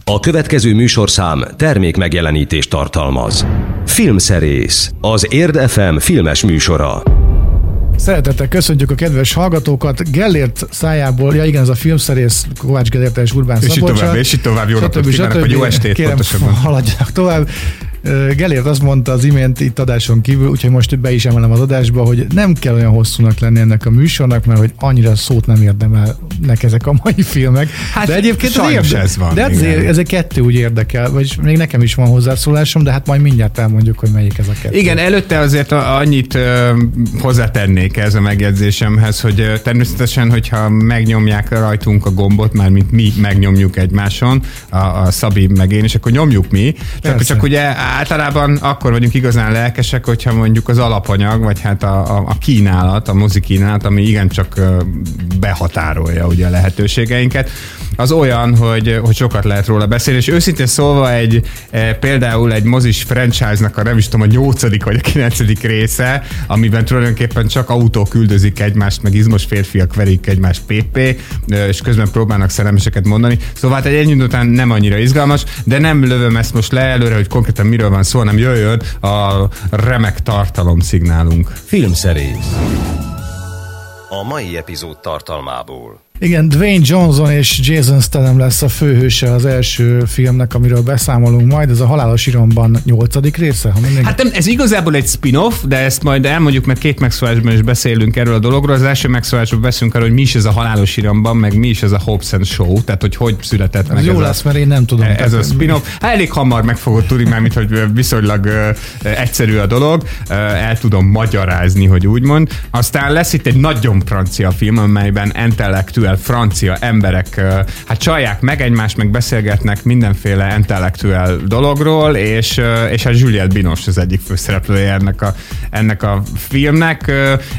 A következő műsorszám termék megjelenítést tartalmaz. Filmszerész, az Érd FM filmes műsora. Szeretettel köszöntjük a kedves hallgatókat. Gellért szájából, ja igen, ez a filmszerész Kovács Gellért és Urbán Szabolcsa. És így tovább, jó napot kívánok, vagy jó estét kérem, pontosabban. Haladjanak tovább. Gellért azt mondta az imént itt adáson kívül, úgyhogy most be is emelem az adásba, hogy nem kell olyan hosszúnak lenni ennek a műsornak, mert hogy annyira szót nem érdemelnek ezek a mai filmek. Hát de egyébként sajnos ez van. De ezek kettő úgy érdekel, vagyis még nekem is van hozzászólásom, de hát majd mindjárt elmondjuk, hogy melyik ez a kettő. Igen, előtte azért annyit hozzátennék ez a megjegyzésemhez, hogy természetesen, hogyha megnyomják rajtunk a gombot, mármint mi megnyomjuk egymáson, a Szabi meg én, és akkor nyomjuk mi. Csak ugye általában akkor vagyunk igazán lelkesek, hogyha mondjuk az alapanyag, vagy hát a kínálat, a mozi kínálat, ami igencsak behatárolja ugye a lehetőségeinket, az olyan, hogy sokat lehet róla beszélni, és őszintén szólva például egy mozis franchise-nak nem is tudom, a 8. vagy a 9. része, amiben tulajdonképpen csak autók üldözik egymást, meg izmos férfiak verik egymást PP, és közben próbálnak szerelmeseket mondani. Szóval hát egy ennyi után nem annyira izgalmas, de nem lövöm ezt most le előre, hogy konkrétan miről van szó, hanem jöjjön a remek tartalomszignálunk. Filmszerész. A mai epizód tartalmából. Igen, Dwayne Johnson és Jason Statham lesz a főhőse az első filmnek, amiről beszámolunk majd. Ez a Halálos Iramban 8. része? Hát nem, ez igazából egy spin-off, de ezt majd elmondjuk, mert két megszólásban is beszélünk erről a dologról. Az első megszólásban beszélünk arról, hogy mi is ez a Halálos Iramban, meg mi is ez a Hobbs & Shaw, tehát hogy született ez meg jó lesz, mert én nem tudom. Ez a spin-off. Hát elég hamar meg fogod tudni, mármint hogy viszonylag egyszerű a dolog, el tudom magyarázni, hogy úgy mond. Aztán lesz itt egy nagyon francia film, amelyben intellektuális francia emberek hát csalják meg egymást, meg beszélgetnek mindenféle intellektuál dologról, és hát Juliette Binoche az egyik főszereplője ennek a filmnek.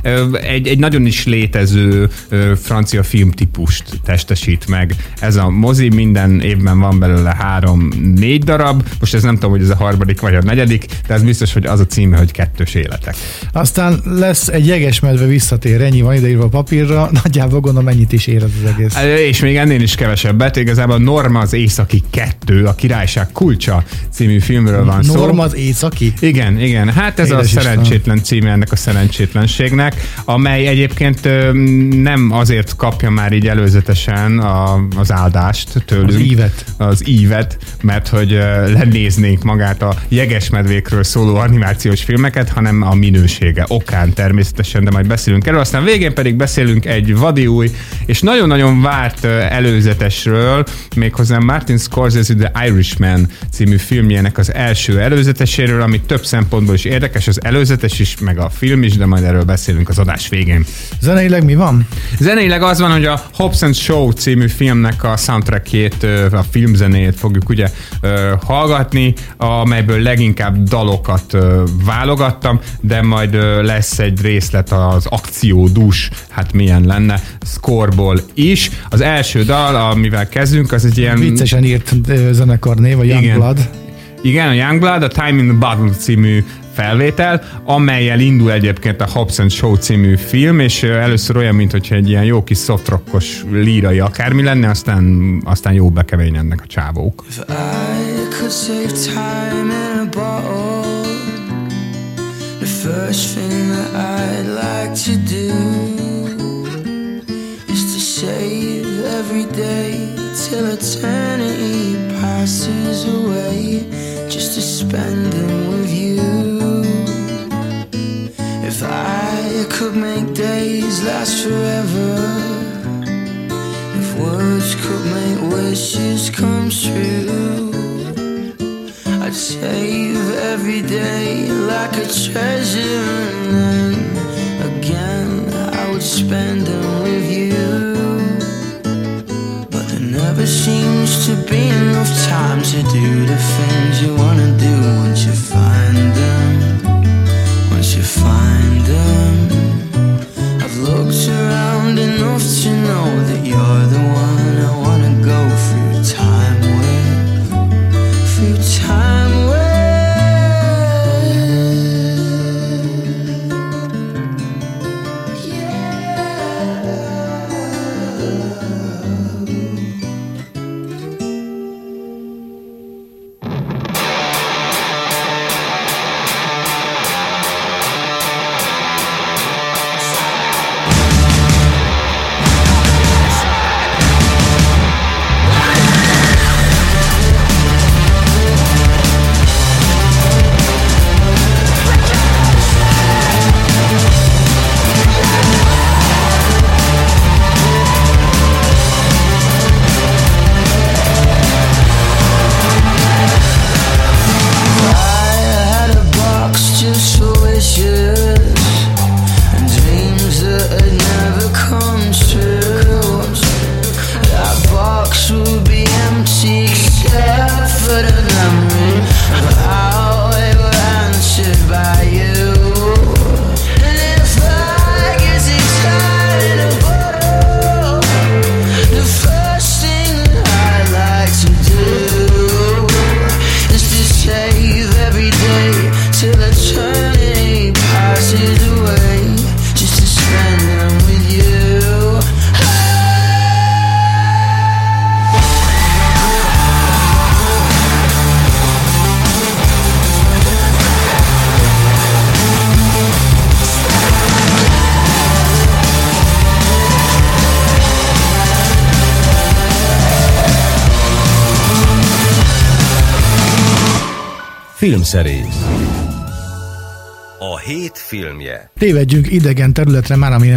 Egy nagyon is létező francia filmtípust testesít meg ez a mozi, minden évben van belőle 3-4 darab, most ez nem tudom, hogy ez a 3. vagy a 4., de ez biztos, hogy az a címe, hogy Kettős életek. Aztán lesz egy jegesmedve visszatér, ennyi van ideírva a papírra, nagyjából gondolom mennyit is ér az egész. És még ennél is kevesebbet, igazából Norma az északi 2, a Királyság kulcsa című filmről van szó. Norma az északi? Igen. Hát ez édes a szerencsétlen címe ennek a szerencsétlenségnek, amely egyébként nem azért kapja már így előzetesen az áldást tőlünk. Az ívet, mert hogy lenéznénk magát a jegesmedvékről szóló animációs filmeket, hanem a minősége okán természetesen, de majd beszélünk erről. Aztán végén pedig beszélünk egy vadi új és nagyon-nagyon várt előzetesről, méghozzá Martin Scorsese The Irishman című filmjének az első előzeteséről, ami több szempontból is érdekes, az előzetes is, meg a film is, de majd erről beszélünk az adás végén. Zeneileg mi van? Zeneileg az van, hogy a Hobbs & Shaw című filmnek a soundtrackjét, a filmzenéjét fogjuk ugye hallgatni, amelyből leginkább dalokat válogattam, de majd lesz egy részlet az akciódús, hát milyen lenne, scoreból is. Az első dal, amivel kezdünk, az egy ilyen... Viccesen írt zenekarnév, a Youngblood. Igen, a Youngblood, a Time in the Battle című felvétel, amellyel indul egyébként a Hobbs & Shaw című film, és először olyan, mintha egy ilyen jó kis softrockos lírai akármi lenne, aztán jó bekeményednek a csávók. If I could save time in a bottle, the first thing that I'd like to do save every day till eternity passes away, just to spend them with you. If I could make days last forever, if words could make wishes come true, I'd save every day like a treasure, and then again I would spend them with you. Never seems to be enough time to do the things you wanna do once you find them. Once you find them, I've looked around enough to know that you're the one I wanna go through time with. Through time with. Filmszerész. A hét filmje. Tévedjünk idegen területre, már ami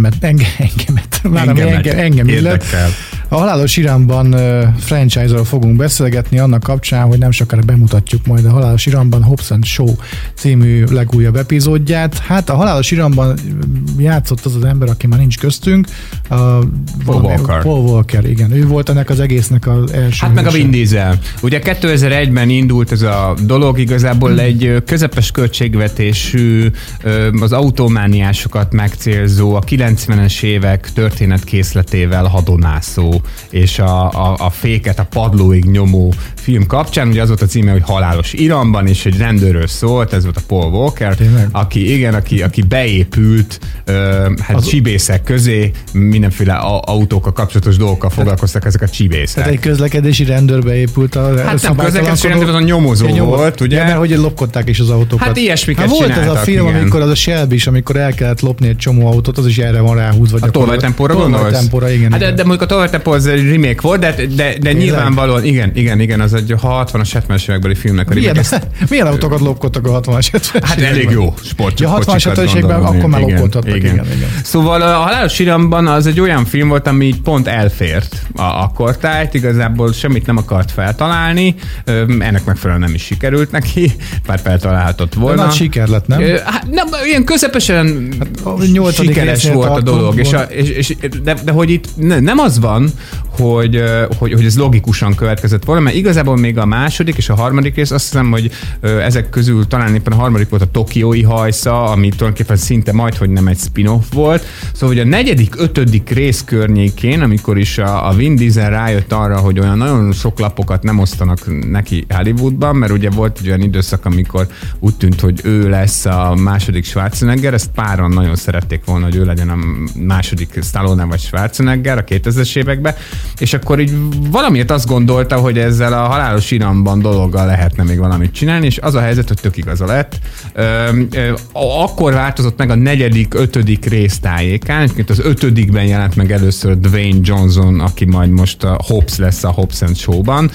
engem illet. A Halálos Iramban franchise-ról fogunk beszélgetni, annak kapcsán, hogy nem sokára bemutatjuk majd a Halálos Iramban Hobbs & Shaw című legújabb epizódját. Hát a Halálos Iramban játszott az ember, aki már nincs köztünk. Paul Walker, igen. Ő volt ennek az egésznek az első. Hát meg a Vin Diesel. Ugye 2001-ben indult ez a dolog, igazából egy közepes költségvetésű, az autómániásokat megcélzó, a 90-es évek történetkészletével hadonászó és a féket a padlóig nyomó film kapcsán. Ugye az volt a címe, hogy Halálos Iramban, és egy rendőrről szólt, ez volt a Paul Walker, aki beépült csibészek közé, mindenféle autókkal kapcsolatos dolgokkal foglalkoztak ezek a csibészek. Tehát egy közlekedési rendőr beépült a nem közlekedési rendőr, az a nyomozó volt, ugye? Ja, mert hogy lopkodták is az autókat. Hát ilyesmiket volt csináltak, ez a film, igen. amikor az a Shelby is, amikor el kellett lopni egy csomó autót, az is erre van ráhúzva. A tolvajtempóra gondolsz? Igen. Hát de mondjuk a tolvajtempó az egy remake volt, de nyilvánvalóan, igen, az egy 60-as, 70-es évekbeli filmnek a remake. Milyen autókat lopkodtak a 60-as, 70-es? Hát elég jó sportkocsikat. A 60-as, 70-es években akkor már lopkodtattak, igen. Szóval a Halálos Iramban az egy olyan film volt, ami pont elfért a kortájt, igazából semmit nem akart feltalálni, ennek megfelelően nem is sikerült neki, bár feltalálhatott volna. De nagy siker lett, nem? Nem, ilyen közepesen sikeres volt a dolog, de hogy itt nem az van, hogy ez logikusan következett volna, mert igazából még a második és a harmadik rész, azt hiszem, hogy ezek közül talán éppen a harmadik volt a Tokiói hajsza, ami tulajdonképpen szinte majdhogy nem egy spin-off volt. Szóval, hogy a negyedik, ötödik rész környékén, amikor is a Vin Diesel rájött arra, hogy olyan nagyon sok lapokat nem osztanak neki Hollywoodban, mert ugye volt egy olyan időszak, amikor úgy tűnt, hogy ő lesz a második Schwarzenegger, ezt páran nagyon szerették volna, hogy ő legyen a második Stallone vagy Schwarzenegger a 2000-es években, és akkor így valamiért azt gondolta, hogy ezzel a Halálos Iramban dologgal lehetne még valamit csinálni, és az a helyzet, hogy tök igaza lett. Akkor változott meg a negyedik, ötödik rész tájékán, egyébként az ötödikben jelent meg először Dwayne Johnson, aki majd most a Hobbs lesz a Hobbs & Shaw-ban.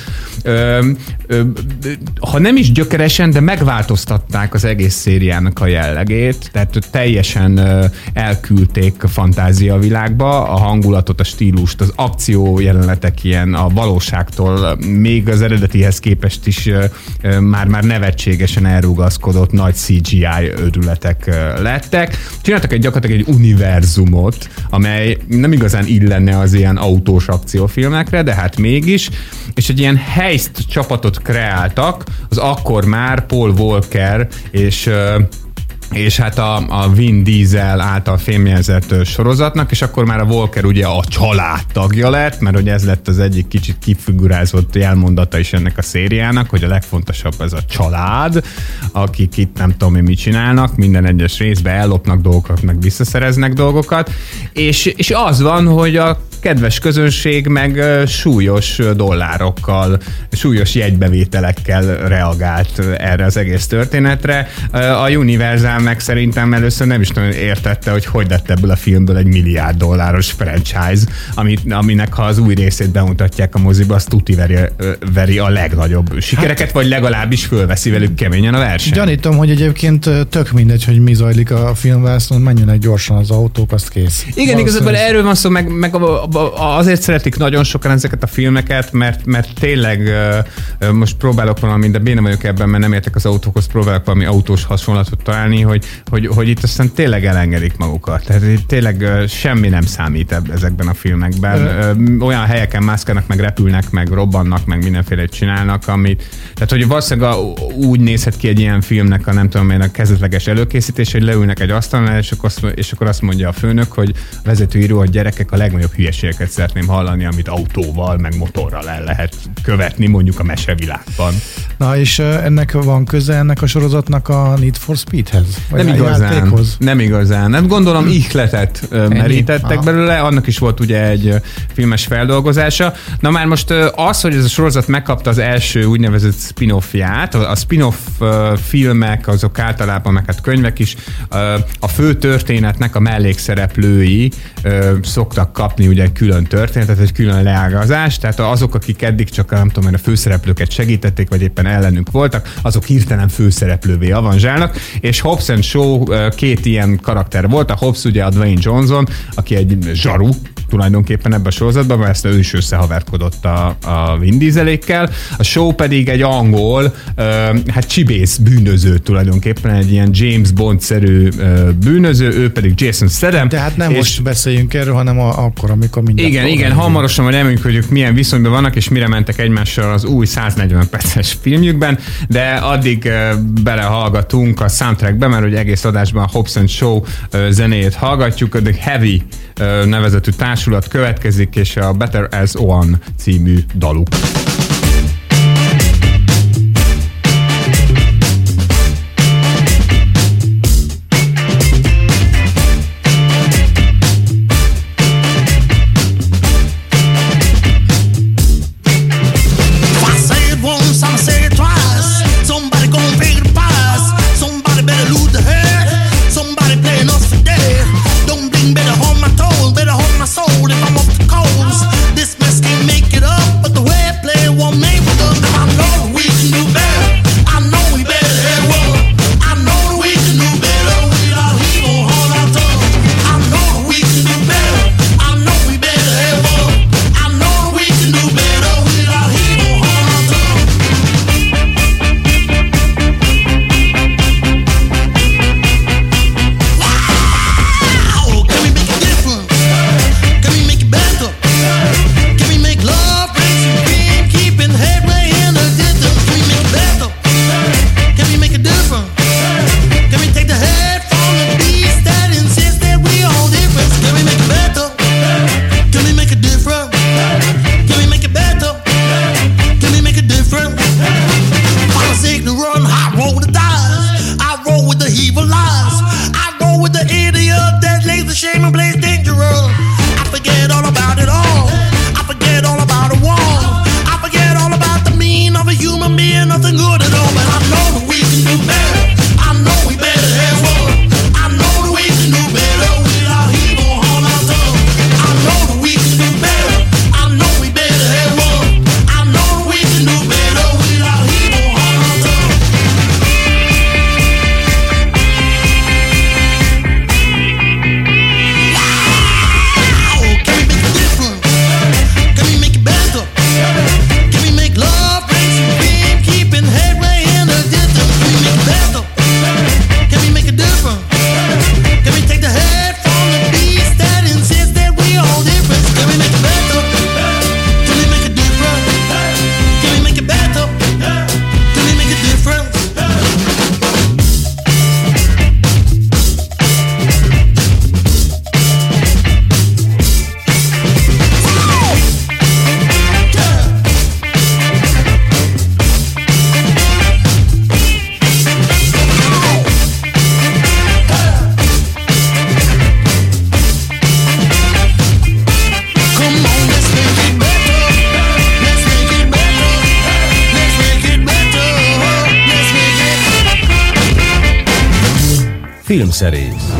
Ha nem is gyökeresen, de megváltoztatták az egész szériának a jellegét, tehát teljesen elküldték a fantáziavilágba a hangulatot, a stílust, az akció jelenetek ilyen a valóságtól még az eredetihez képest is már nevetségesen elrugaszkodott nagy CGI őrületek lettek. Csináltak gyakorlatilag egy univerzumot, amely nem igazán illene az ilyen autós akciófilmekre, de hát mégis, és egy ilyen heist csapatot kreáltak, az akkor már Paul Walker és hát a Vin Diesel által fémjelzett sorozatnak, és akkor már a Walker ugye a család tagja lett, mert hogy ez lett az egyik kicsit kifigurázott jelmondata is ennek a szériának, hogy a legfontosabb ez a család, akik itt nem tudom én mit csinálnak, minden egyes részben ellopnak dolgokat, meg visszaszereznek dolgokat, és az van, hogy a kedves közönség meg súlyos dollárokkal, súlyos jegybevételekkel reagált erre az egész történetre. A Universal meg szerintem először nem is nagyon értette, hogy lett ebből a filmből egy $1 milliárd franchise, aminek ha az új részét bemutatják a moziba, az tuti veri a legnagyobb sikereket, vagy legalábbis fölveszi velük keményen a versenyt. Gyanítom, hogy egyébként tök mindegy, hogy mi zajlik a filmvászon, menjenek gyorsan az autók, azt kész. Igen, igazából erről van szó, meg azért szeretik nagyon sokan ezeket a filmeket, mert tényleg most próbálok valami, de béna vagyok ebben, mert nem értek az autókhoz, próbálok valami autós hasonlatot találni, hogy itt aztán tényleg elengedik magukat. Tehát tényleg semmi nem számít ezekben a filmekben. Olyan helyeken mászkálnak, meg repülnek, meg robbannak, meg mindenféle csinálnak, amit... Tehát, hogy valószínűleg úgy nézhet ki egy ilyen filmnek a nem tudom én a kezdetleges előkészítés, hogy leülnek egy asztalnál, és akkor azt mondja a főnök, hogy a vezetőíró, hogy gyerekek, a legnagyobb hülyeségeket szeretném hallani, amit autóval, meg motorral el lehet követni, mondjuk a mesevilágban. Na, és ennek van köze ennek a sorozatnak a Need for Speedhez? Nem igazán. Nem gondolom ihletet merítettek belőle, annak is volt ugye egy filmes feldolgozása. Na már most az, hogy ez a sorozat megkapta az első úgynevezett spin-offját, a spin-off filmek, azok általában, meg hát könyvek is, a fő történetnek a mellékszereplői szoktak kapni ugye egy külön történetet, egy külön leágazást, tehát azok, akik eddig csak nem tudom, a főszereplőket segítették, vagy éppen ellenük voltak, azok hirtelen főszereplővé avanzsálnak, és Hobbs and Shaw két ilyen karakter volt. A Hobbs ugye a Dwayne Johnson, aki egy zsaru tulajdonképpen ebben a sorozatban, mert ezt ő is összehaverkodott a Vin Dieselékkel. A Shaw pedig egy angol, hát csibész bűnöző tulajdonképpen, egy ilyen James Bond-szerű bűnöző, ő pedig Jason Statham. Tehát nem most beszéljünk erről, hanem akkor, amikor mindjárt... Igen, hamarosan majd elmondjuk, hogy ők milyen viszonyban vannak, és mire mentek egymással az új 140 perces filmjükben, de addig belehallgatunk a soundtrackbe, mert hogy egész adásban a Hobbs and Shaw zenéjét hallgatjuk, a The Heavy nevezetű társulat következik, és a Better As One című daluk. Filmszerész.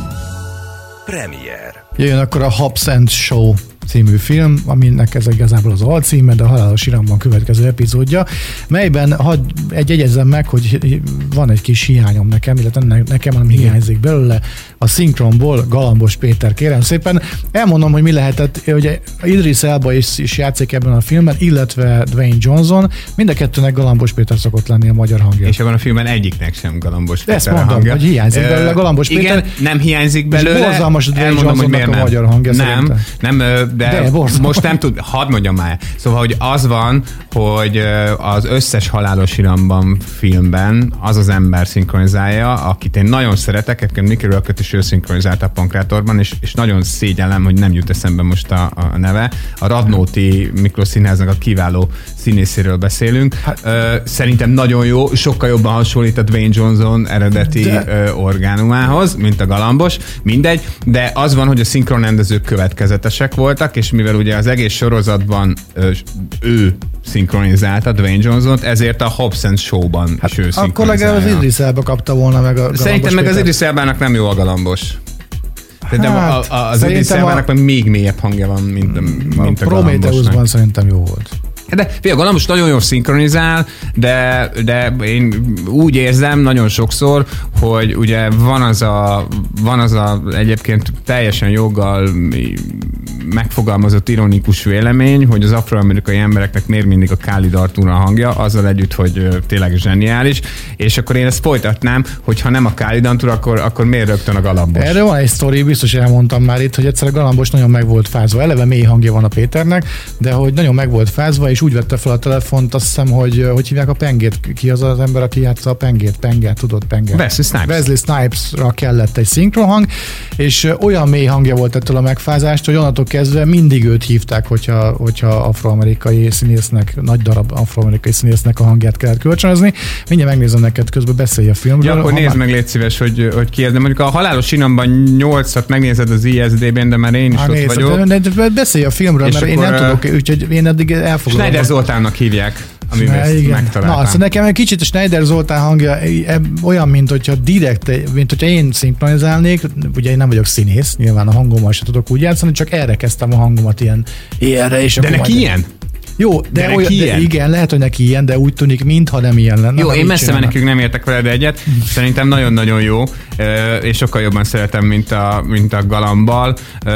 Premier. Jöjjön akkor a Hobbs and Shaw című film, aminek ez igazából az alcíme, de a Halálos Iramban következő epizódja, melyben jegyezzem meg, hogy van egy kis hiányom nekem, illetve nekem nem hiányzik belőle a szinkronból Galambos Péter, kérem szépen. Elmondom, hogy mi lehetett, hogy Idris Elba is játszik ebben a filmben, illetve Dwayne Johnson, mind a kettőnek Galambos Péter szokott lenni a magyar hangja. És ebben a filmben egyiknek sem Galambos Péter ezt mondom, a hangja. Hogy hiányzik belőle Galambos Péter. Igen, nem hiányzik belőle. Borzalmas a Dwayne Johnsonnak a magyar hangja nem, de most nem tud, hadd mondjam már. Szóval, hogy az van, hogy az összes Halálos Iramban filmben az az ember szinkronizálja, akit én nagyon szeretek, egyébként Mickey Rourke-öt is ő szinkronizálta a Pankrátorban, és nagyon szégyellem, hogy nem jut eszembe most a neve. A Radnóti Miklós Színháznak a kiváló színészéről beszélünk. Szerintem nagyon jó, sokkal jobban hasonlít a Dwayne Johnson eredeti orgánumához, mint a Galambos, mindegy, de az van, hogy a szinkronrendezők következetesek voltak, és mivel ugye az egész sorozatban ő szinkronizálta Dwayne Johnson-t, ezért a Hobbs and Shaw-ban is ő szinkronizálja. Akkor legalább az Idris Elba kapta volna meg a Galambos. Szerintem meg az Idris Elbának nem jó a Galambos. Hát, az Idris Elbának még mélyebb hangja van, mint a Galambosnak. Prometheusban szerintem jó volt. De a Galambos nagyon jól szinkronizál, de én úgy érzem nagyon sokszor, hogy ugye van az a egyébként teljesen joggal megfogalmazott ironikus vélemény, hogy az afroamerikai embereknek miért mindig a Khalid Arthur a hangja, azzal együtt, hogy tényleg zseniális, és akkor én ezt folytatnám, hogy ha nem a Khalid Arthur, akkor miért rögtön a Galambos? Erre van egy sztori, biztos elmondtam már itt, hogy egyszer a Galambos nagyon meg volt fázva. Eleve mély hangja van a Péternek, de hogy nagyon meg volt fázva, és úgy vette fel a telefont, azt hiszem, hogy hívják a Pengét. Ki az az ember, aki játsza a Pengét, tudod, Wesley Snipes-ra kellett egy szinkronhang, és olyan mély hangja volt ettől a megfázást, hogy onnantól kezdve mindig őt hívták, hogyha afroamerikai színésznek, nagy darab afroamerikai színésznek a hangját kellett kölcsönözni. Mindjárt megnézem neked, közben beszélj a filmről. Ja, akkor nézd meg, légy szíves, hogy ki ez. De mondjuk a Halálos Iramban 8-at megnézed az ISD-ben, de már én is ott vagyok. De beszélj a filmről, mert én nem tudok, úgyhogy én eddig elfogadom. Schneider Zoltánnak hívják, amivel ezt megtaláltam. Na, szóval nekem egy kicsit a Schneider Zoltán hangja olyan, mint hogyha én szinkronizálnék, ugye én nem vagyok színész, nyilván a hangommal se tudok úgy játszani, csak erre kezdtem a hangomat ilyenre. És de neki ilyen? Jó, de igen, lehet, hogy neki ilyen, de úgy tűnik, mintha nem ilyen lenne. Jó, én messze menekül nem értek veled egyet. Szerintem nagyon-nagyon jó, és sokkal jobban szeretem, mint a Galambal,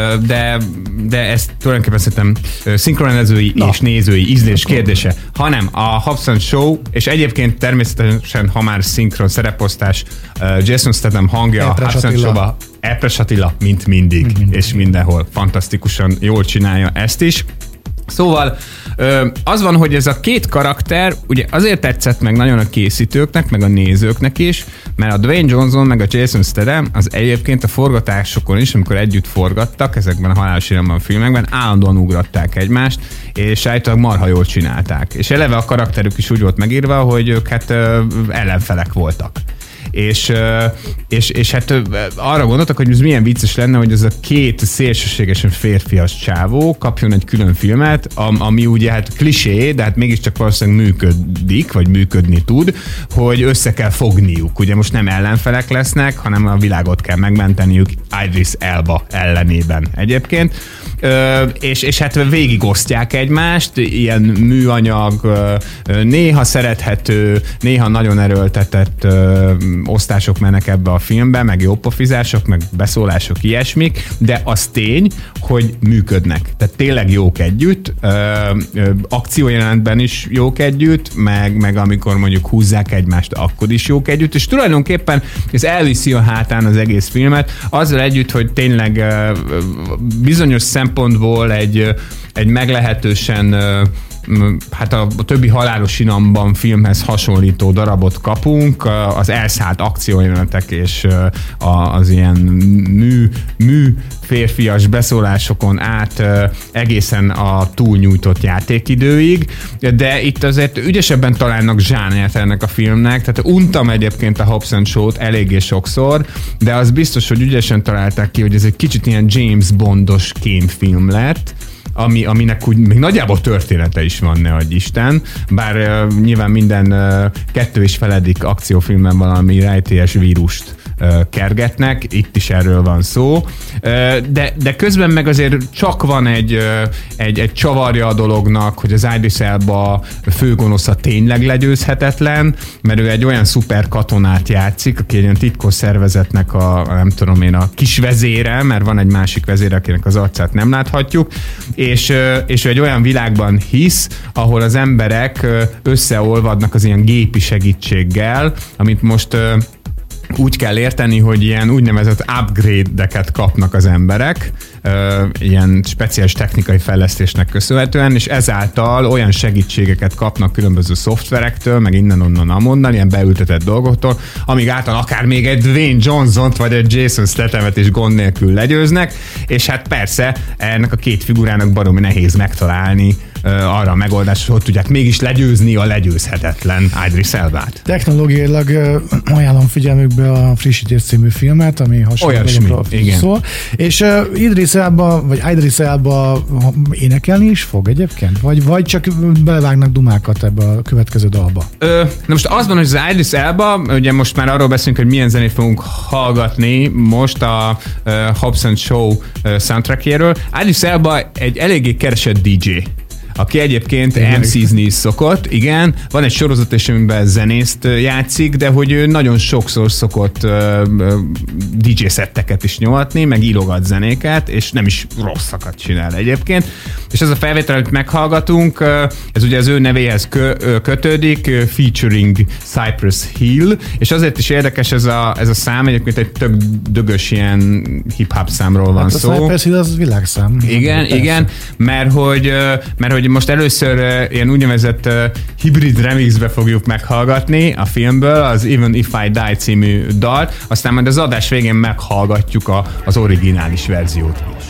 de ez tulajdonképpen szerintem szinkronizői és nézői ízlés kérdése, hanem a Hobbs & Shaw, és egyébként természetesen, ha már szinkron szereposztás, Jason Statham hangja a Hobbs & Shaw-ba, Epres Attila, mint mindig, és mindenhol fantasztikusan jól csinálja ezt is. Szóval az van, hogy ez a két karakter ugye azért tetszett meg nagyon a készítőknek, meg a nézőknek is, mert a Dwayne Johnson meg a Jason Statham az egyébként a forgatásokon is, amikor együtt forgattak ezekben a Halálos Iramban filmekben, állandóan ugratták egymást, és állítólag marha jól csinálták. És eleve a karakterük is úgy volt megírva, hogy ők hát ellenfelek voltak. És hát arra gondoltak, hogy ez milyen vicces lenne, hogy ez a két szélsőségesen férfias csávó kapjon egy külön filmet, ami ugye hát klisé, de hát mégiscsak valószínűleg működik, vagy működni tud, hogy össze kell fogniuk. Ugye most nem ellenfelek lesznek, hanem a világot kell megmenteniük Idris Elba ellenében egyébként. És hát végigosztják egymást, ilyen műanyag, néha szerethető, néha nagyon erőltetett osztások mennek ebbe a filmbe, meg jópofizások, meg beszólások, ilyesmik, de az tény, hogy működnek. Tehát tényleg jók együtt, akciójelentben is jók együtt, meg amikor mondjuk húzzák egymást, akkor is jók együtt, és tulajdonképpen ez elviszi a hátán az egész filmet, azzal együtt, hogy tényleg bizonyos szempontból egy meglehetősen hát a többi Halálos Iramban filmhez hasonlító darabot kapunk, az elszállt akciójelenetek és az ilyen mű férfias beszólásokon át egészen a túlnyújtott játékidőig, de itt azért ügyesebben találnak zsánert ennek a filmnek, tehát untam egyébként a Hobbs & Shaw-t eléggé sokszor, de az biztos, hogy ügyesen találták ki, hogy ez egy kicsit ilyen James Bondos kémfilm lett, aminek úgy még nagyjából története is van, ne adj Isten, bár nyilván minden 2,5 akciófilmben valami rejtélyes vírust kergetnek, itt is erről van szó, de közben meg azért csak van egy csavarja a dolognak, hogy az Idris Elba főgonosza tényleg legyőzhetetlen, mert ő egy olyan szuper katonát játszik, aki egy olyan titkos szervezetnek nem tudom én, a kis vezére, mert van egy másik vezére, akinek az arcát nem láthatjuk, és ő egy olyan világban hisz, ahol az emberek összeolvadnak az ilyen gépi segítséggel, amit most úgy kell érteni, hogy ilyen úgynevezett upgrade-eket kapnak az emberek, ilyen speciális technikai fejlesztésnek köszönhetően, és ezáltal olyan segítségeket kapnak különböző szoftverektől, meg innen-onnan-amonnan, ilyen beültetett dolgoktól, amíg által akár még egy Dwayne Johnson-t vagy egy Jason Stathamet is gond nélkül legyőznek, és hát persze ennek a két figurának baromi nehéz megtalálni arra a megoldás, hogy tudják mégis legyőzni a legyőzhetetlen Idris Elbát. Technológiailag ajánlom figyelmükbe a Frissítés című filmet, ami hasonló szól. És Idris Elba énekelni is fog egyébként? Vagy csak belevágnak dumákat ebbe a következő dalba? Na most az van, hogy az Idris Elba, ugye most már arról beszélünk, hogy milyen zenét fogunk hallgatni most a Hobbs & Shaw soundtrackjéről. Idris Elba egy eléggé keresett DJ. aki egyébként MC-zni is szokott, igen. Van egy sorozat is, amiben zenészt játszik, de hogy ő nagyon sokszor szokott DJ szetteket is nyomatni, meg írogat zenéket, és nem is rosszakat csinál egyébként. És ez a felvétel, amit meghallgatunk, ez ugye az ő nevéhez kötődik, featuring Cypress Hill, és azért is érdekes ez a szám, egyébként egy tök dögös ilyen hip-hop számról van szó. A Cypress Hill az világszám. Igen, mert hogy most először ilyen úgynevezett hibrid remixbe fogjuk meghallgatni a filmből, az Even If I Die című dalt, aztán majd az adás végén meghallgatjuk az originális verziót is.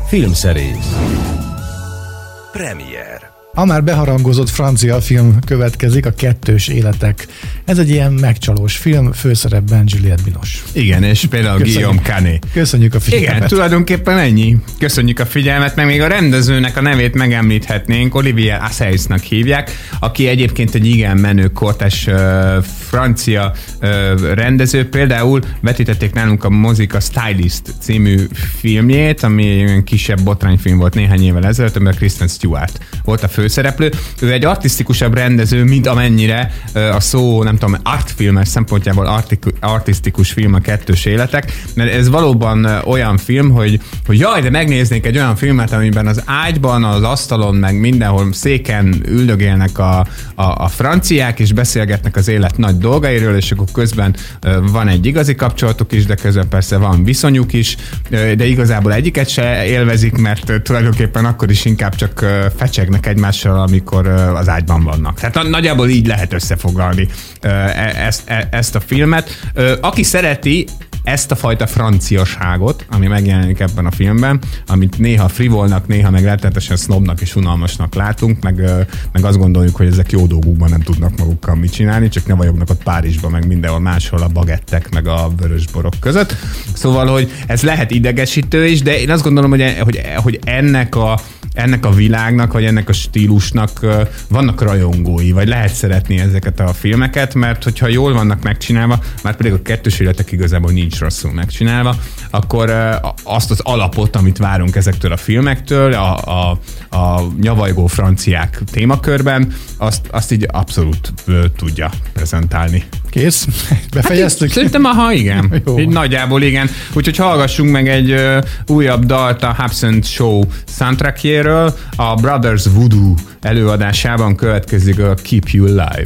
Filmszerész. Premier. A már beharangozott francia film következik, a Kettős életek. Ez egy ilyen megcsalós film, főszerepben Juliette Binoche. Igen, és például Guillaume Canet. Köszönjük a figyelmet. Igen, tulajdonképpen ennyi. Köszönjük a figyelmet, meg még a rendezőnek a nevét megemlíthetnénk, Olivier Assayasnak hívják, aki egyébként egy igen menő kortás francia rendező. Például vetítették nálunk a mozik a Stylist című filmjét, ami egy kisebb botrányfilm volt néhány évvel ezelőtt, amiben Kristen Stewart volt a főszereplő. Ő egy artisztikusabb rendező, mint amennyire a szó, nem tudom, artfilmes szempontjából artisztikus film a Kettős életek, mert ez valóban olyan film, hogy jaj, de megnéznék egy olyan filmet, amiben az ágyban, az asztalon, meg mindenhol széken üldögélnek a franciák, és beszélgetnek az élet nagy dolgairól, és akkor közben van egy igazi kapcsolatuk is, de közben persze van viszonyuk is, de igazából egyiket se élvezik, mert tulajdonképpen akkor is inkább csak fecsegnek egymással, amikor az ágyban vannak. Tehát nagyjából így lehet összefoglalni ezt a filmet. Aki szereti ezt a fajta franciaságot, ami megjelenik ebben a filmben, amit néha frivolnak, néha meg rettenetesen sznobnak és unalmasnak látunk, meg azt gondoljuk, hogy ezek jó dolgukban nem tudnak magukkal mit csinálni, csak ne vagyoknak ott Párizsban, meg mindenhol máshol a bagettek, meg a vörösborok között. Szóval, hogy ez lehet idegesítő is, de én azt gondolom, hogy ennek a világnak, vagy ennek a stílusnak vannak rajongói, vagy lehet szeretni ezeket a filmeket, mert hogyha jól vannak megcsinálva, már pedig a Kettős életek igazából nincs rosszul megcsinálva, akkor azt az alapot, amit várunk ezektől a filmektől, a nyavajgó franciák témakörben, azt így abszolút tudja prezentálni. Kész? Befejeztük? Szerintem igen. Így nagyjából igen. Úgyhogy hallgassunk meg egy újabb dalt a Hobson Show soundtrackjéről. A Brothers Voodoo előadásában következik a Keep You Alive.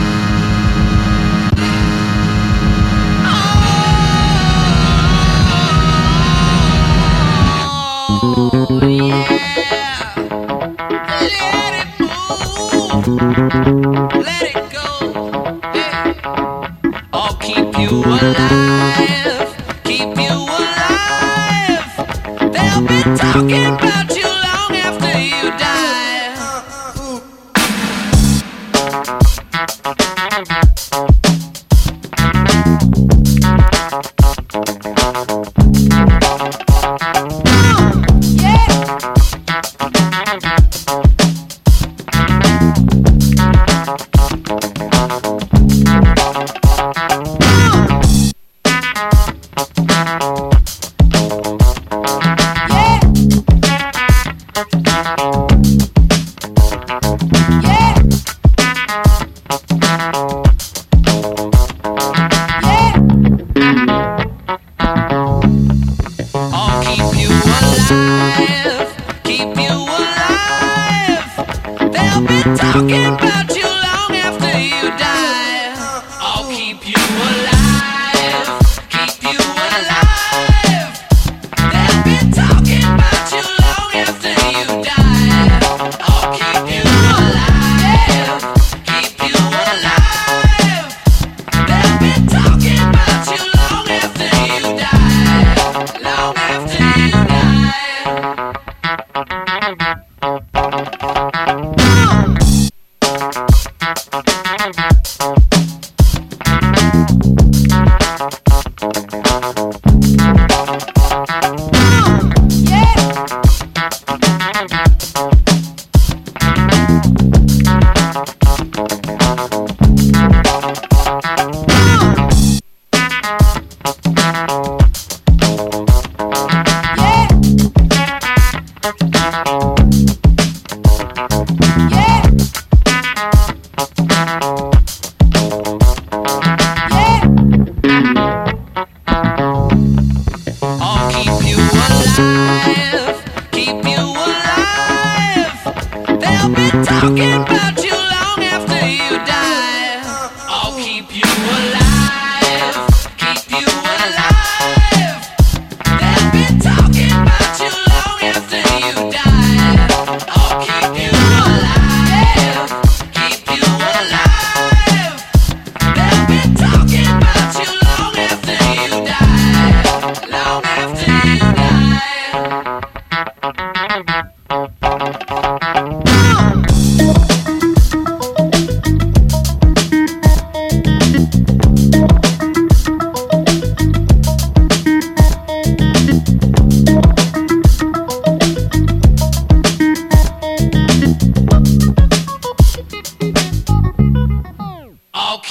Talking about you long after you die.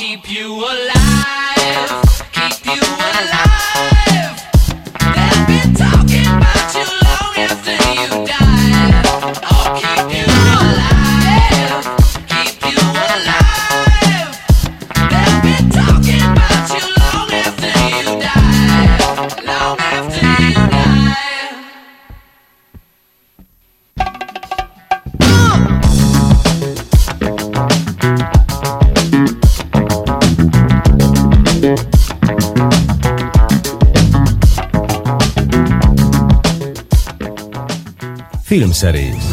keep you alive, keep you alive. They've been talking about you long after you died. Oh, keep you alive, keep you alive. They've been talking about you long after you died, long after you died. Filmszerész.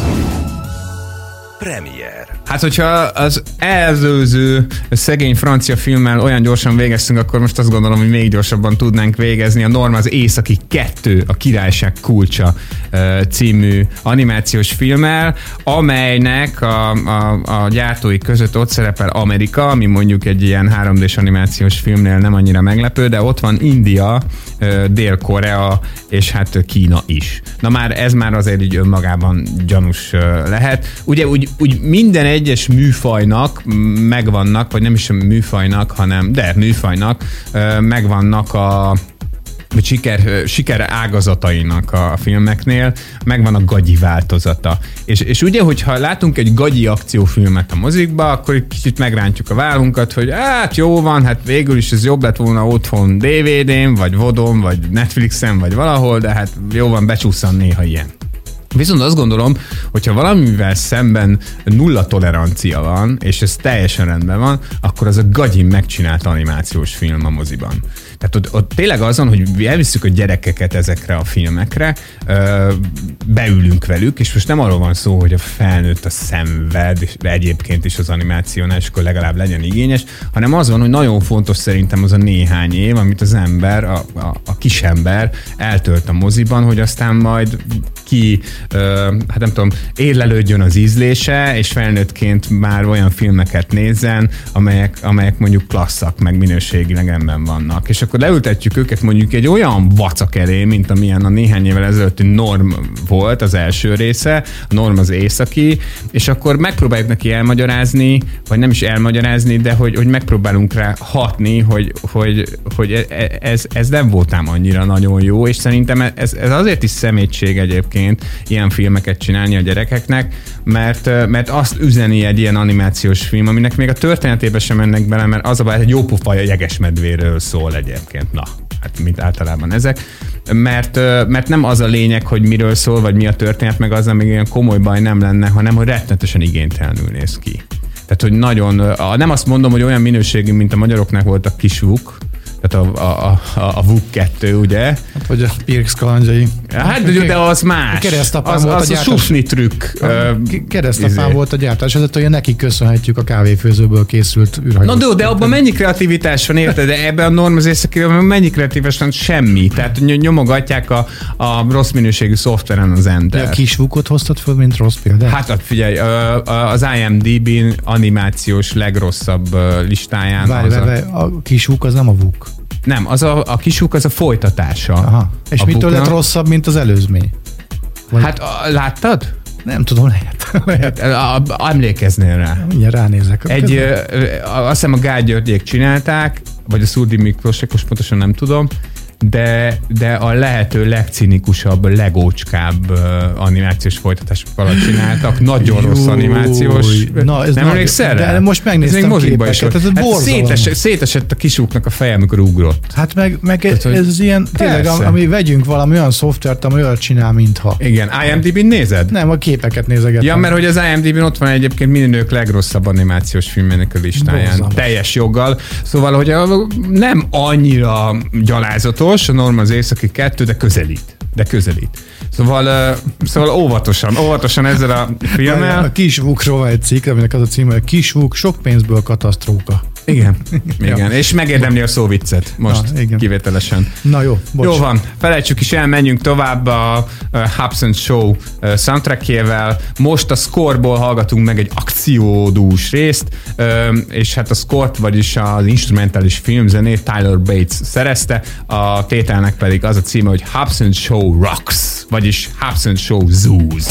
Premier. Hát, hogyha az előző szegény francia filmmel olyan gyorsan végeztünk, akkor most azt gondolom, hogy még gyorsabban tudnánk végezni. A Norma az Északi 2, a Királyság kulcsa című animációs filmmel, amelynek a gyártói között ott szerepel Amerika, ami mondjuk egy ilyen 3D-s animációs filmnél nem annyira meglepő, de ott van India, Dél-Korea és hát Kína is. Na már ez már azért így önmagában gyanús lehet. Ugye úgy minden egyes műfajnak megvannak, vagy nem is műfajnak, hanem műfajnak megvannak vagy siker ágazatainak a filmeknél, megvan a gagyi változata. És ugye, hogyha látunk egy gagyi akciófilmet a mozikba, akkor egy kicsit megrántjuk a vállunkat, hogy hát jó van, hát végül is ez jobb lett volna otthon DVD-n, vagy Vodon, vagy Netflixen, vagy valahol, de hát jó van, becsúszan néha ilyen. Viszont azt gondolom, hogyha valamivel szemben nulla tolerancia van, és ez teljesen rendben van, akkor az a gagyin megcsinált animációs film a moziban. Tehát ott tényleg azon, hogy elvisszük a gyerekeket ezekre a filmekre, beülünk velük, és most nem arról van szó, hogy a felnőtt a szenved, és egyébként is az animációnál, és akkor legalább legyen igényes, hanem az van, hogy nagyon fontos szerintem az a néhány év, amit az ember, a kisember eltölt a moziban, hogy aztán majd hát nem tudom, érlelődjön az ízlése, és felnőttként már olyan filmeket nézzen, amelyek mondjuk klasszak, meg minőségileg rendben vannak. És akkor leültetjük őket mondjuk egy olyan vacak elé, mint amilyen a néhány évvel ezelőtti Norm volt az első része, a Norm az Északi, és akkor megpróbáljuk neki elmagyarázni, vagy nem is elmagyarázni, de hogy megpróbálunk rá hatni, hogy ez nem volt ám annyira nagyon jó, és szerintem ez azért is szemétség egyébként ilyen filmeket csinálni a gyerekeknek, mert azt üzeni egy ilyen animációs film, aminek még a történetében sem mennek bele, mert az a baj, egy jópofa jegesmedvéről szól egyébként. Na, hát mint általában ezek. Mert nem az a lényeg, hogy miről szól, vagy mi a történet, meg azzal még ilyen komoly baj nem lenne, hanem hogy rettenetesen igénytelenül néz ki. Tehát, hogy nagyon, nem azt mondom, hogy olyan minőségű, mint a magyaroknak volt a Kis Vuk, tehát a Vuk 2, ugye? Hát, vagy a Pirx kalandjai. Hát, de az más. Keresztapám volt az a susni trükk. Keresztapám volt a gyártás, ezért olyan neki köszönhetjük a kávéfőzőből készült űrhajót. Na de abban mennyi kreativitás van, érted? De ebben a Norm az Északirában mennyi kreativitás van? Semmi. Tehát nyomogatják a rossz minőségű szoftveren az Enter. A Kis Vukot hoztad föl, mint rossz példát? Hát figyelj, az IMDb-n animációs legrosszabb listáján. Várj, a Kis Vuk az nem a Vuk. Nem, a Kis Vuk az a folytatása. Aha. És mitől lett rosszabb, mint az előzmény? Vagy... Hát láttad? Nem tudom, lehet. Emlékeznél rá. Mindjárt ránézek. Azt hiszem a Gál Györgyék csinálták, vagy a Szurdi Miklósék, most pontosan nem tudom, de a lehető legcinikusabb, legócskább animációs folytatásokat csináltak. Nagyon rossz animációs. Na, ez nem emlékszel rá? De most megnéztem képeket. Hát szétesett a Kisúknak a feje, amikor ugrott. Hát meg ez ilyen, tényleg, ami vegyünk valami olyan szoftvert, ami olyat csinál, mintha. Igen, IMDb-n nézed? Nem, a képeket nézegetem. Ja, mert hogy az IMDb-n ott van egyébként mindenők legrosszabb animációs filmének a listáján. Borzalmas. Teljes joggal. Szóval, hogy nem annyira gyalázatos, a Norma az Északi 2, de közelít. Szóval óvatosan ezzel a filmmel. A Kis Vukról van egy cikk, aminek az a címe, hogy Kis Vuk, sok pénzből katasztrófa. Igen. És megérdemli a szóviccet most kivételesen. Na jó, bocs. Jó van, felejtsük is el, menjünk tovább a Hobbs & Shaw soundtrackjével. Most a scoreból hallgatunk meg egy akciódús részt, és hát a score-t, vagyis az instrumentális filmzenét Tyler Bates szerezte, a tételnek pedig az a címe, hogy Hobbs & Shaw Rocks, vagyis Hobbs & Shaw Zoos.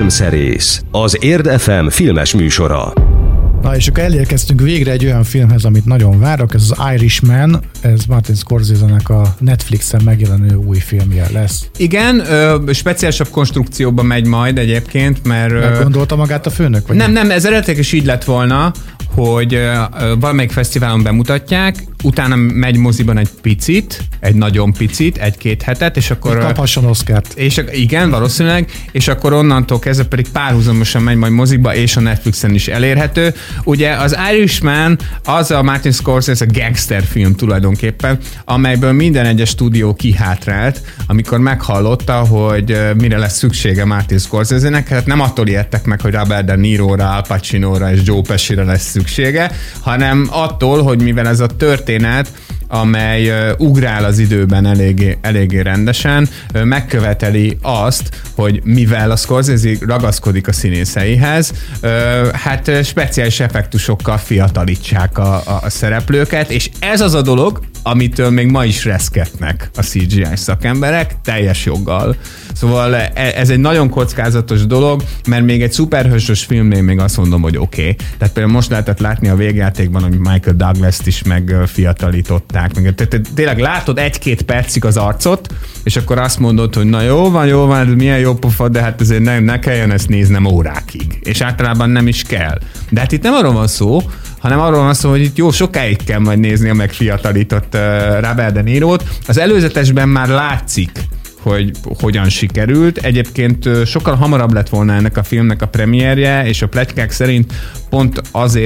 Filmszerész, az Érd FM filmes műsora. Na és akkor elérkeztünk végre egy olyan filmhez, amit nagyon várok, ez az Irishman, ez Martin Scorsese-nek a Netflixen megjelenő új filmje lesz. Igen, speciálisabb konstrukcióban megy majd egyébként, mert... Meggondolta magát a főnök? Vagy Nem, ez eredetileg is így lett volna, hogy valamelyik fesztiválon bemutatják, utána megy moziban egy picit, egy nagyon picit, egy-két hetet, és akkor... Kaphasson Oscart. És igen, valószínűleg, és akkor onnantól kezdve pedig párhuzamosan megy majd mozikba, és a Netflixen is elérhető. Ugye az Irishman az a Martin Scorsese a gangster film tulajdonképpen, amelyből minden egyes stúdió kihátrált, amikor meghallotta, hogy mire lesz szüksége Martin Scorsese-nek, hát nem attól ijedtek meg, hogy Robert De Niro-ra, Al Pacino-ra és Joe Pesci-re lesz szüksége, hanem attól, hogy mivel ez a történet, amely ugrál az időben eléggé rendesen, megköveteli azt, hogy mivel a Scorsese ragaszkodik a színészeihez, hát speciális effektusokkal fiatalítsák a szereplőket, és ez az a dolog, amitől még ma is reszketnek a CGI szakemberek, teljes joggal. Szóval ez egy nagyon kockázatos dolog, mert még egy szuperhősös filmnél még azt mondom, hogy oké. Tehát például most lehetett látni a végjátékban, hogy Michael Douglas-t is megfiatalították. Tényleg látod egy-két percig az arcot, és akkor azt mondod, hogy na jó van, milyen jó pofa, de hát azért ne kelljen ezt néznem órákig. És általában nem is kell. De hát itt nem arról van szó, hanem arról van szó, hogy itt jó sokáig kell majd nézni a megfiatalított Robert De Niro-t. Az előzetesben már látszik, hogy hogyan sikerült. Egyébként sokkal hamarabb lett volna ennek a filmnek a premierje, és a pletykák szerint pont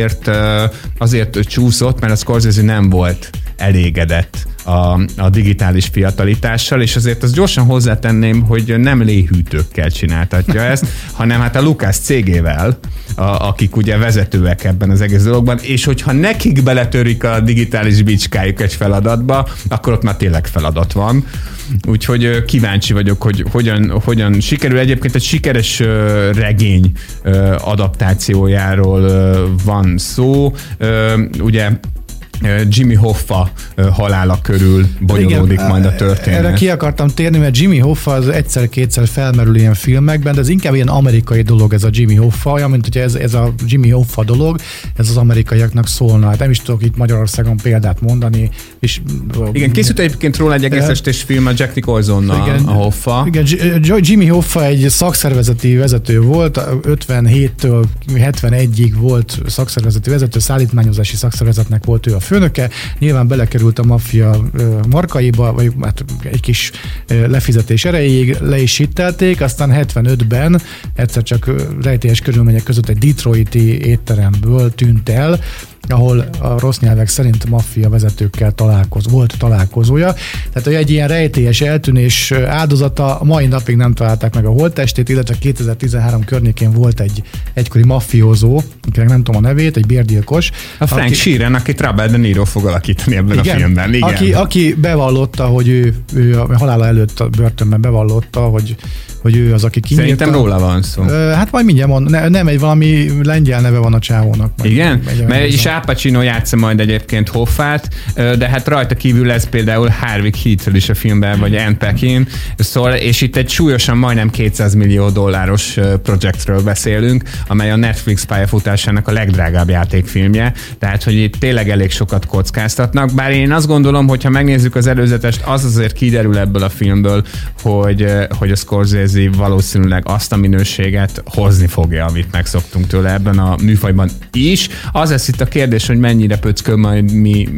azért csúszott, mert a Scorsese nem volt elégedett a digitális fiatalítással, és azért azt gyorsan hozzátenném, hogy nem léhűtőkkel csináltatja ezt, hanem hát a Lucas cégével, akik ugye vezetőek ebben az egész dologban, és hogyha nekik beletörik a digitális bicskájuk egy feladatba, akkor ott már tényleg feladat van. Úgyhogy kíváncsi vagyok, hogy hogyan sikerül. Egyébként egy sikeres regény adaptációjáról van szó. Ugye Jimmy Hoffa halála körül bonyolódik majd a történet. Erre ki akartam térni, mert Jimmy Hoffa az egyszer-kétszer felmerül ilyen filmekben, de ez inkább ilyen amerikai dolog ez a Jimmy Hoffa, olyan, mint hogy ez a Jimmy Hoffa dolog, ez az amerikaiaknak szólna. Hát nem is tudok itt Magyarországon példát mondani. És, igen, készült egyébként róla egy egész estés film a Jack Nicholsonnal, a Hoffa. Igen, Jimmy Hoffa egy szakszervezeti vezető volt, 57-től 71-ig volt szakszervezeti vezető, szállítmányozási szakszervezetnek volt ő a főnöke, nyilván belekerült a maffia markaiba, vagy hát egy kis lefizetés erejéig le is hittelték, aztán 75-ben egyszer csak rejtélyes körülmények között egy detroiti étteremből tűnt el, ahol a rossz nyelvek szerint maffia vezetőkkel volt találkozója. Tehát hogy egy ilyen rejtélyes eltűnés áldozata, mai napig nem találták meg a holttestét, illetve 2013 környékén volt egy egykori maffiózó, akinek nem tudom a nevét, egy bérgyilkos. A Frank Sheeran, akit Robert De Niro fog alakítani ebben a filmben. Igen. Aki bevallotta, hogy ő a halála előtt a börtönben bevallotta, hogy ő az, aki kinyírta. Szerintem róla van szó. Hát majd mindjárt mond, nem egy valami lengyel neve van a csávónak. Igen? Mert is Al Pacino játsza majd egyébként Hoffát, de hát rajta kívül lesz például Harvey Keitel is a filmben, vagy Anne Paquin, szóval, és itt egy súlyosan majdnem $200 millió projektről beszélünk, amely a Netflix pályafutásának a legdrágább játékfilmje, tehát hogy itt tényleg elég sokat kockáztatnak, bár én azt gondolom, hogy ha megnézzük az előzetest, az azért kiderül ebből a filmből, hogy a Scorsese valószínűleg azt a minőséget hozni fogja, amit megszoktunk tőle ebben a műfajban is. Az lesz itt a kérdés, hogy mennyire pöcköl majd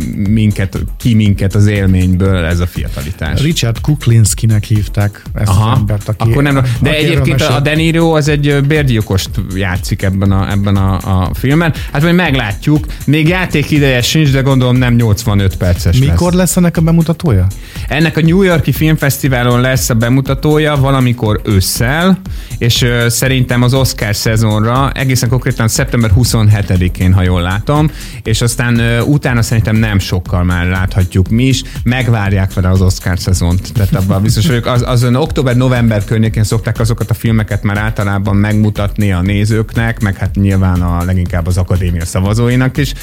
minket az élményből ez a fiatalitás. Richard Kuklinskinek hívták ezt az embert, aki... Akkor nem, de egyébként a De Niro az egy bérgyilkost játszik ebben a filmben. Hát majd meglátjuk. Még játékideje sincs, de gondolom nem 85 perces lesz. Mikor lesz ennek a bemutatója? Ennek a New York-i filmfesztiválon lesz a bemutatója valamikor ősszel, és szerintem az Oscar szezonra egészen konkrétan szeptember 27-én, ha jól látom, és aztán utána szerintem nem sokkal már láthatjuk mi is, megvárják vele az Oscar szezont. Tehát abban biztos vagyok, azon október-november környékén szokták azokat a filmeket már általában megmutatni a nézőknek, meg hát nyilván leginkább az akadémia szavazóinak is,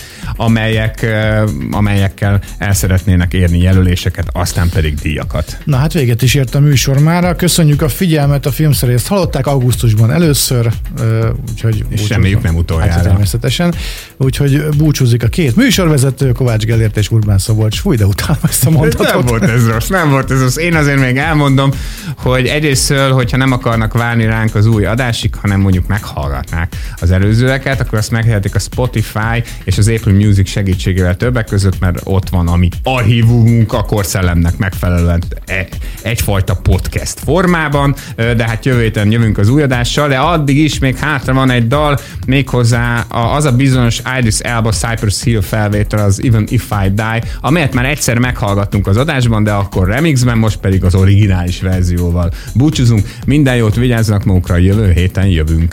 amelyekkel el szeretnének érni jelöléseket, aztán pedig díjakat. Na hát véget is ért a műsor mára. Köszönjük a figyelmet. figyelmet, a filmszerészt hallották augusztusban először, úgyhogy és reméljük nem utoljára. Hát, természetesen. Úgyhogy búcsúzik a két műsorvezető, Kovács Gellért és Urbán Szabolcs. Fúj, de utálom ezt a mondatot. Nem volt ez rossz. Én azért még elmondom, hogy egyrésztől, hogyha nem akarnak várni ránk az új adásig, hanem mondjuk meghallgatnák az előzőeket, akkor azt megtehetik a Spotify és az Apple Music segítségével többek között, mert ott van a mi archívumunk a korszellemnek megfelelően egyfajta podcast formában, de hát jövő héten jövünk az új adással, de addig is még hátra van egy dal, méghozzá az a bizonyos Idris Elba Cypress Hill felvétel, az Even If I Die, amelyet már egyszer meghallgattunk az adásban, de akkor remixben, most pedig az originális verzióval búcsúzunk. Minden jót, vigyázzanak magukra, jövő héten jövünk.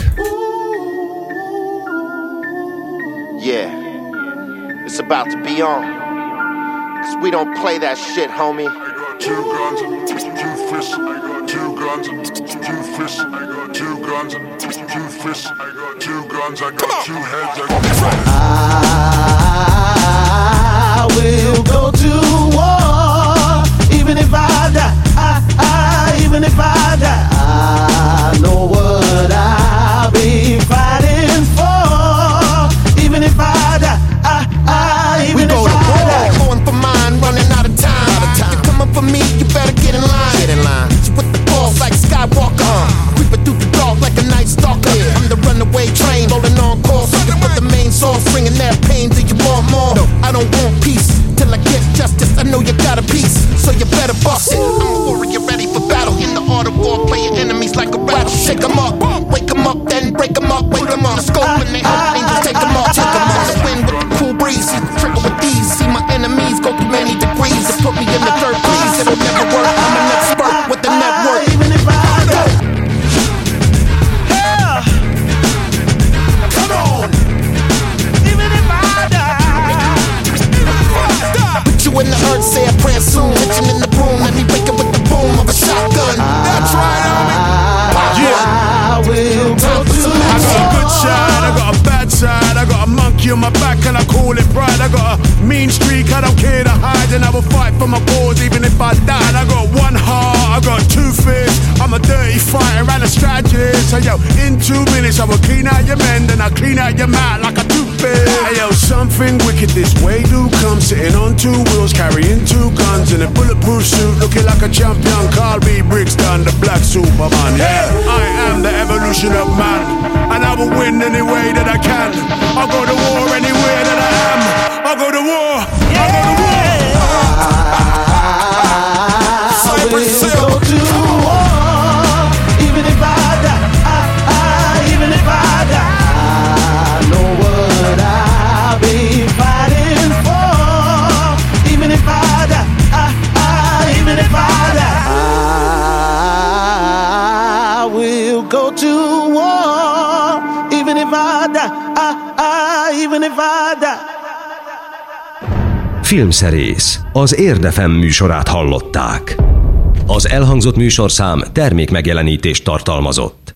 Yeah, it's about to be on. 'Cause we don't play that shit, homie. Two guns and two fists. I got two guns and two fists. I got two guns and two fists. I got two guns. I got two heads. I got I will go to war, even if I die. Even if I die, I know what I'll be fighting for. Even if I die, even if I die. Going for mine, running out of time. You come up for me, you better get in line. Get in line. So with the balls like Skywalker, creeping through the dark like a night stalker. I'm the runaway train, rolling on course. But the main source, bringing that pain. Do you want more? No, I don't want peace till I get justice. I know you got a piece, so you better bust it. I'm a warrior ready for battle. In the art of war, play your enemies like a rattle. Shake 'em up, wake 'em up, then break 'em up, wake 'em up. Scope and they help angels take 'em up, take 'em up. The wind with the cool breeze, see the trigger with these. See my enemies go through many degrees. They put me in the third place, it'll never work. I'm an expert with the network. Even if I die. Yeah. Come on, Even if I die. put you in the earth, say a prayer soon. Kitchen in the room, let me break it with the boom of a shotgun. That's right, homie. I will go to I got a good side, I got a bad side, I got a monkey on my back and I call it pride. I got a mean streak, I don't care to hide, and I will fight for my cause even if I die. And I got one heart, I got two fists, I'm a dirty fighter and a strategist. So yo, in 2 minutes I will clean out your men, then I clean out your mouth like a toothpick. Hey yo, something wicked this way do come, sitting on 2 wheels, carrying 2 guns in a bulletproof suit, looking like a champion. Carl B. Brixton, the black Superman. Yeah, I am the evolution of man, and I will win any way that I can. I'll go to war anywhere that I am. I'll go to war. I'll go to war. I will go to war, even if I die. Even if I die, I know what I'll be fighting for. Even if I die, even if I die, I will go to war, even if I die. Even if I die. Filmszerész, az Érd FM műsorát hallották. Az elhangzott műsorszám termék megjelenítést tartalmazott.